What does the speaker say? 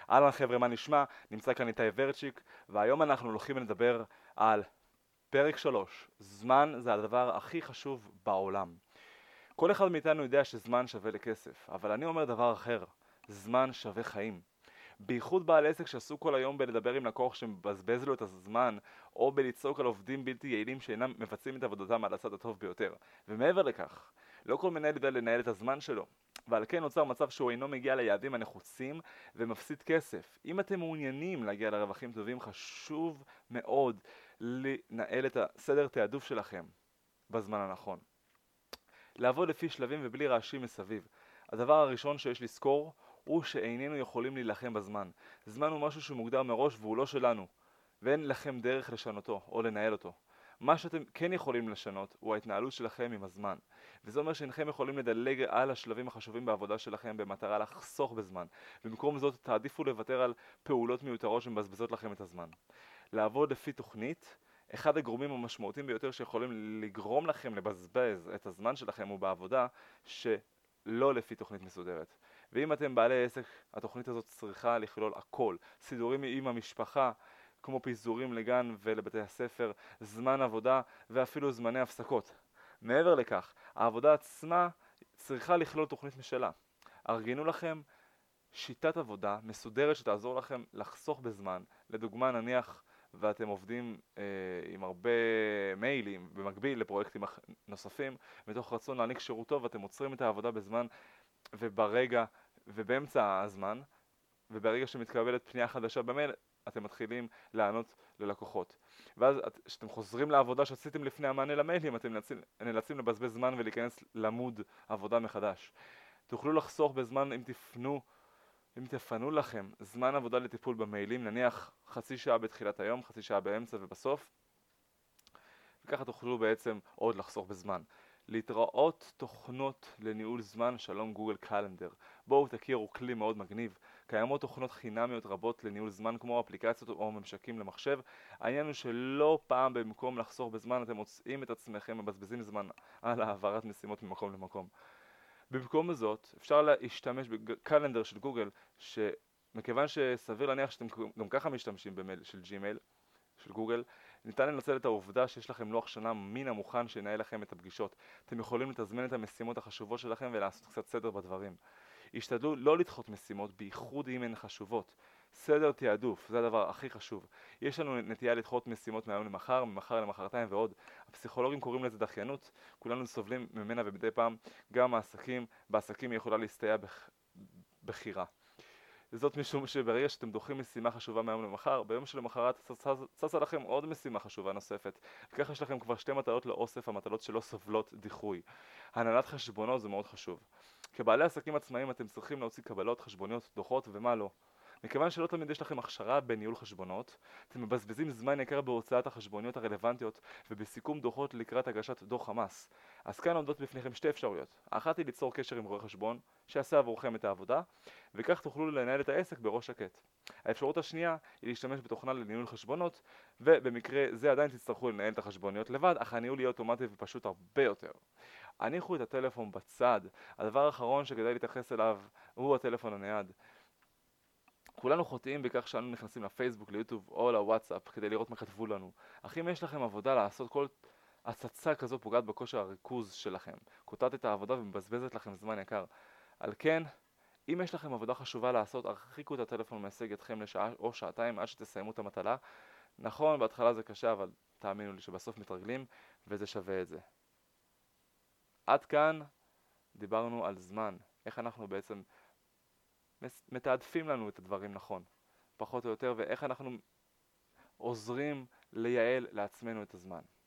אהלן חבר'ה, מה נשמע? נמצא כאן איתי ורצ'יק, והיום אנחנו הולכים לדבר על פרק 3. זמן זה הדבר הכי חשוב בעולם. כל אחד מאיתנו יודע שזמן שווה לכסף, אבל אני אומר דבר אחר, זמן שווה חיים. בייחוד בעל עסק שעסוק כל היום בלדבר עם לקוח שמבזבז לו את הזמן, או בלצעוק על עובדים בלתי יעילים שאינם מבצעים את עבודתם על הצד הטוב ביותר. ומעבר לכך, לא כל מנהל יודע לנהל את הזמן שלו, ועל כן נוצר מצב שהוא אינו מגיע ליעדים הנחוצים ומפסיד כסף. אם אתם מעוניינים להגיע לרווחים טובים, חשוב מאוד לנהל את הסדר תעדוף שלכם בזמן הנכון. לעבוד לפי שלבים ובלי רעשים מסביב. הדבר הראשון שיש לזכור הוא שאיננו יכולים להילחם בזמן. זמן הוא משהו שמוגדר מראש והוא לא שלנו, ואין לכם דרך לשנותו או לנהל אותו. מה שאתם כן יכולים לשנות הוא ההתנהלות שלכם עם הזמן. וזה אומר שאינכם יכולים לדלג על השלבים החשובים בעבודה שלכם במטרה לחסוך בזמן. במקום זאת תעדיפו לוותר על פעולות מיותרות שמבזבזות לכם את הזמן. לעבוד לפי תוכנית, אחד הגורמים המשמעותיים ביותר שיכולים לגרום לכם לבזבז את הזמן שלכם הוא בעבודה שלא לפי תוכנית מסודרת. ואם אתם בעלי עסק, התוכנית הזאת צריכה לכלול הכל. סידורים עם המשפחה, כמו פיזורים לגן ולבתי הספר, זמן עבודה ואפילו זמני הפסקות. מעבר לכך, העבודה עצמה צריכה לכלול תוכנית משלה. ארגנו לכם שיטת עבודה מסודרת שתעזור לכם לחסוך בזמן. לדוגמה, נניח ואתם עובדים עם הרבה מיילים במקביל לפרויקטים נוספים, מתוך רצון להעניק שירות טוב, אתם עוצרים את העבודה בזמן ובאמצע הזמן, וברגע שמתקבלת פנייה חדשה במייל, אתם מתחילים לענות ללקוחות. ואז כשאתם חוזרים לעבודה שעשיתם לפני המענה למיילים, אתם נאלצים לבזבז זמן ולהיכנס לעמוד עבודה מחדש. תוכלו לחסוך בזמן אם תפנו לכם זמן עבודה לטיפול במיילים, נניח חצי שעה בתחילת היום, חצי שעה באמצע ובסוף, וככה תוכלו בעצם עוד לחסוך בזמן. להתראות תוכנות לניהול זמן, שלום גוגל קלנדר. בואו תכירו כלי מאוד מגניב. קיימות תוכנות חינמיות רבות לניהול זמן כמו אפליקציות או ממשקים למחשב. העניין הוא שלא פעם במקום לחסוך בזמן אתם מוצאים את עצמכם מבזבזים זמן על העברת משימות ממקום למקום. במקום זאת אפשר להשתמש בקלנדר של גוגל, שמכיוון שסביר להניח שאתם גם ככה משתמשים במייל של ג'ימייל של גוגל, ניתן לנצל את העובדה שיש לכם לוח שנה מן המוכן שינהל לכם את הפגישות. אתם יכולים לתזמן את המשימות החשובות שלכם ולעשות קצת סדר בדברים. השתדלו לא לדחות משימות, בייחוד אם הן חשובות. סדר תעדוף, זה הדבר הכי חשוב. יש לנו נטייה לדחות משימות מהיום למחר, ממחר למחרתיים ועוד. הפסיכולוגים קוראים לזה דחיינות, כולנו סובלים ממנה ומדי פעם גם בעסקים היא יכולה להסתייע בחירה. זאת משום שברגע שאתם דוחים משימה חשובה מהיום למחר, ביום שלמחרת צצה לכם עוד משימה חשובה נוספת. וכך יש לכם כבר שתי מטלות לאוסף המטלות שלא סובלות דיחוי. הנהלת חשבונות זה מאוד חשוב. כבעלי עסקים עצמאיים אתם צריכים להוציא קבלות, חשבוניות, דוחות ומה לא. מכיוון שלא תמיד יש לכם הכשרה בניהול חשבונות, אתם מבזבזים זמן יקר בהוצאת החשבוניות הרלוונטיות ובסיכום דוחות לקראת הגשת דוח המס. אז כאן עומדות בפניכם שתי אפשרויות. האחת היא ליצור קשר עם רואה חשבון שיעשה עבורכם את העבודה, וכך תוכלו לנהל את העסק בראש שקט. האפשרות השנייה היא להשתמש בתוכנה לניהול חשבונות, ובמקרה זה עדיין תצטרכו לנהל את החשבוניות לבד, אך הניהול יהיה אוטומטי ופשוט הרבה יותר. הניחו את הטלפון בצד. הדבר האחרון שכדאי להתייחס אליו הוא הטלפון הנייד. כולנו חוטאים בכך שאנו נכנסים לפייסבוק, ליוטיוב או לוואטסאפ כדי לראות מה כתבו לנו. אך אם יש לכם עבודה לעשות, כל הצצה כזו פוגעת בכושר הריכוז שלכם, קוטעת את העבודה ומבזבזת לכם זמן יקר. על כן, אם יש לכם עבודה חשובה לעשות, הרחיקו את הטלפון מהישג ידכם לשעה או שעתיים עד שתסיימו את המטלה. נכון, בהתחלה זה קשה, אבל תאמינו לי שבסוף מתרגלים וזה שווה את זה. עד כאן דיברנו על זמן, איך אנחנו בעצם מתעדפים לנו את הדברים נכון, פחות או יותר, ואיך אנחנו עוזרים לייעל לעצמנו את הזמן.